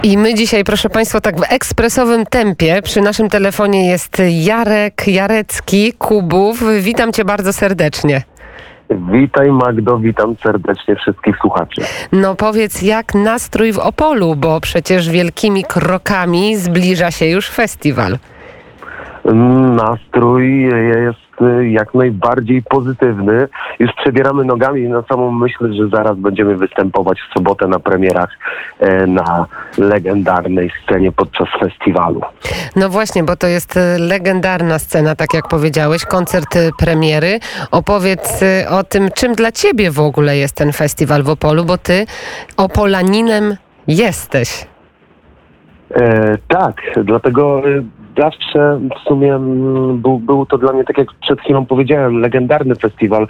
I my dzisiaj, proszę Państwa, tak w ekspresowym tempie. Przy naszym telefonie jest Jarek Jarecki, Kubów. Witam Cię bardzo serdecznie. Witaj Magdo, witam serdecznie wszystkich słuchaczy. No powiedz, jak nastrój w Opolu, bo przecież wielkimi krokami zbliża się już festiwal. Nastrój jest jak najbardziej pozytywny. Już przebieramy nogami na samą myśl, że zaraz będziemy występować w sobotę na premierach na legendarnej scenie podczas festiwalu. No właśnie, bo to jest legendarna scena, tak jak powiedziałeś, koncert premiery. Opowiedz o tym, czym dla Ciebie w ogóle jest ten festiwal w Opolu, bo Ty Opolaninem jesteś. Tak, dlatego zawsze w sumie był to dla mnie, tak jak przed chwilą powiedziałem, legendarny festiwal.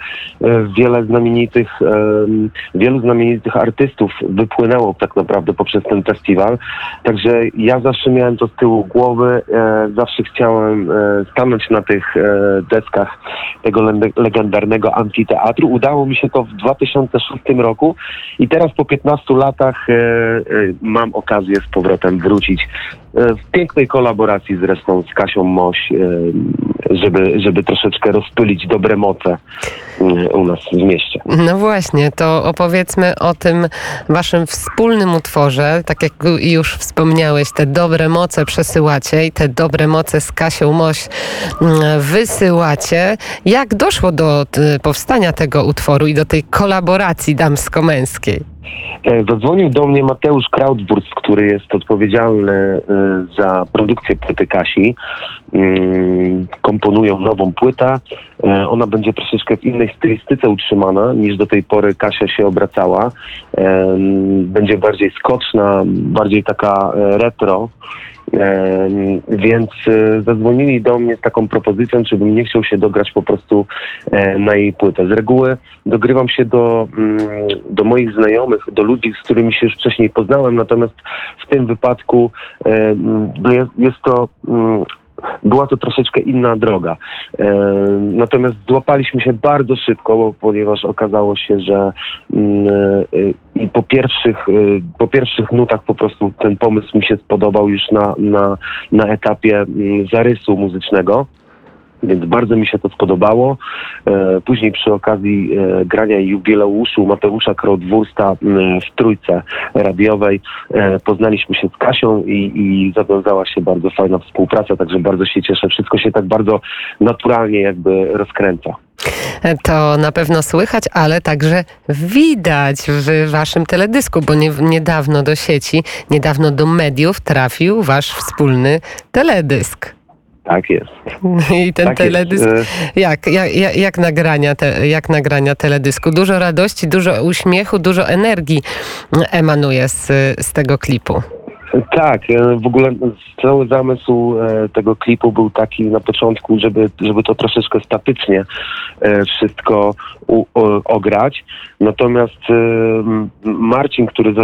Wielu znamienitych artystów wypłynęło tak naprawdę poprzez ten festiwal. Także ja zawsze miałem to z tyłu głowy. Zawsze chciałem stanąć na tych deskach tego legendarnego amfiteatru. Udało mi się to w 2006 roku i teraz po 15 latach mam okazję z powrotem wrócić w pięknej kolaboracji zresztą z Kasią Moś, żeby troszeczkę rozpylić dobre moce u nas w mieście. No właśnie, to opowiedzmy o tym waszym wspólnym utworze. Tak jak już wspomniałeś, te dobre moce przesyłacie i te dobre moce z Kasią Moś wysyłacie. Jak doszło do powstania tego utworu i do tej kolaboracji damsko-męskiej? Zadzwonił do mnie Mateusz Krautwurst, który jest odpowiedzialny za produkcję płyty Kasi. Komponują nową płytę. Ona będzie troszeczkę w innej stylistyce utrzymana niż do tej pory Kasia się obracała. Będzie bardziej skoczna, bardziej taka retro. Więc zadzwonili do mnie z taką propozycją, czy bym nie chciał się dograć po prostu na jej płytę. Z reguły dogrywam się do moich znajomych, do ludzi, z którymi się już wcześniej poznałem, natomiast w tym wypadku była to troszeczkę inna droga. Natomiast złapaliśmy się bardzo szybko, ponieważ okazało się, że i po pierwszych nutach po prostu ten pomysł mi się spodobał już na etapie zarysu muzycznego. Więc bardzo mi się to spodobało. Później przy okazji grania jubileuszu Mateusza Krautwursta w Trójce radiowej poznaliśmy się z Kasią i zawiązała się bardzo fajna współpraca, także bardzo się cieszę. Wszystko się tak bardzo naturalnie jakby rozkręca. To na pewno słychać, ale także widać w waszym teledysku, bo niedawno do sieci, niedawno do mediów trafił wasz wspólny teledysk. Tak jest. I ten tak teledysk, jak nagrania teledysku? Dużo radości, dużo uśmiechu, dużo energii emanuje z tego klipu. Tak, w ogóle cały zamysł tego klipu był taki na początku, żeby to troszeczkę statycznie wszystko ograć. Natomiast Marcin, który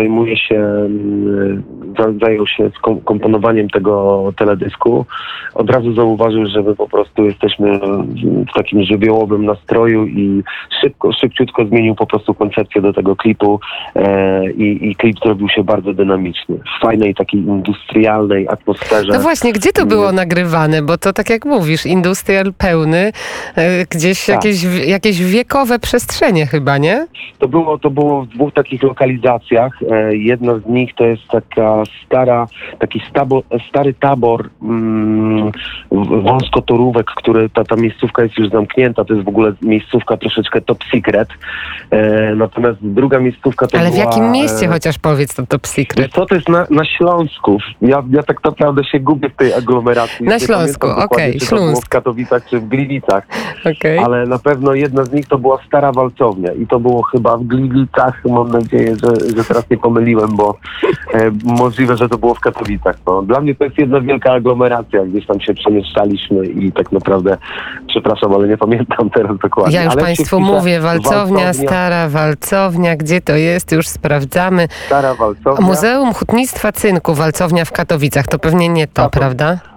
zajął się komponowaniem tego teledysku, od razu zauważył, że my po prostu jesteśmy w takim żywiołowym nastroju i szybciutko zmienił po prostu koncepcję do tego klipu i klip zrobił się bardzo dynamiczny. W fajnej, takiej industrialnej atmosferze. No właśnie, gdzie to było nagrywane? Bo to tak jak mówisz, industrial pełny, gdzieś tak. jakieś wiekowe przestrzenie chyba, nie? To było w dwóch takich lokalizacjach. Jedna z nich to jest taki stary tabor wąskotorówek, ta miejscówka jest już zamknięta. To jest w ogóle miejscówka troszeczkę top secret. Natomiast druga miejscówka to Ale w jakim mieście chociaż powiedz to top secret? Co to jest na Śląsku? Ja tak naprawdę się gubię w tej aglomeracji. Na Śląsku, okej, Śląsk. To było w Katowicach czy w Gliwicach. Okay. Ale na pewno jedna z nich to była Stara Walcownia i to było chyba w Gliwicach. Mam nadzieję, że teraz nie pomyliłem, bo możliwe, że to było w Katowicach. No, dla mnie to jest jedna wielka aglomeracja. Gdzieś tam się przemieszczaliśmy i tak naprawdę, przepraszam, ale nie pamiętam teraz dokładnie. Ja już Państwu mówię, Walcownia, Stara Walcownia, gdzie to jest? Już sprawdzamy. Stara Walcownia. Muzeum Hutnictwa Cynku, Walcownia w Katowicach. To pewnie nie to, prawda?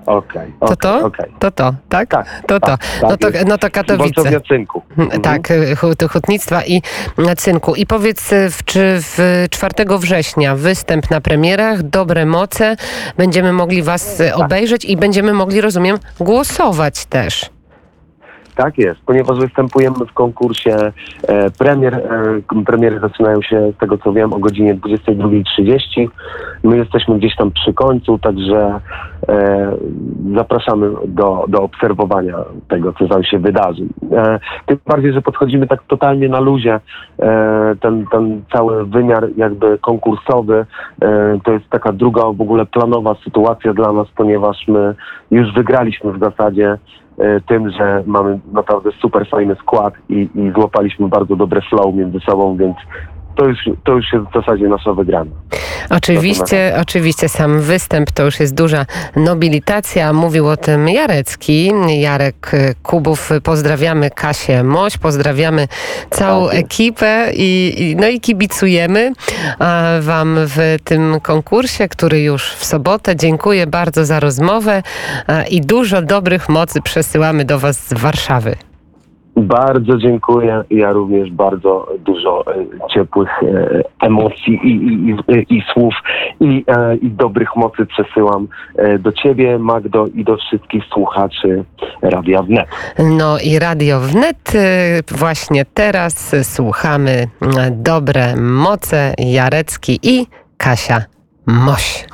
Okej. To to? Okej. To, tak? Tak, To. tak, No to Katowice. Wolcownia cynku. Tak, hutnictwa i cynku. I powiedz, czy w 4 września występ na premierach, Dobre Moce, będziemy mogli was obejrzeć i będziemy mogli, rozumiem, głosować też. Tak jest, ponieważ występujemy w konkursie premiery zaczynają się, z tego co wiem, o godzinie 22:30. My jesteśmy gdzieś tam przy końcu, także zapraszamy do obserwowania tego, co tam się wydarzy. Tym bardziej, że podchodzimy tak totalnie na luzie. Ten cały wymiar jakby konkursowy to jest taka druga w ogóle planowa sytuacja dla nas, ponieważ my już wygraliśmy w zasadzie tym, że mamy naprawdę super fajny skład i złapaliśmy bardzo dobre flow między sobą, więc to już jest w zasadzie nasza wygrana. Oczywiście sam występ to już jest duża nobilitacja. Mówił o tym Jarecki, Jarek Kubów. Pozdrawiamy Kasię Moś, pozdrawiamy całą ekipę i kibicujemy wam w tym konkursie, który już w sobotę. Dziękuję bardzo za rozmowę i dużo dobrych mocy przesyłamy do was z Warszawy. Bardzo dziękuję. Ja również bardzo dużo ciepłych emocji i słów i dobrych mocy przesyłam do ciebie, Magdo, i do wszystkich słuchaczy Radia Wnet. No i Radio Wnet właśnie teraz słuchamy Dobre Moce, Jarecki i Kasia Moś.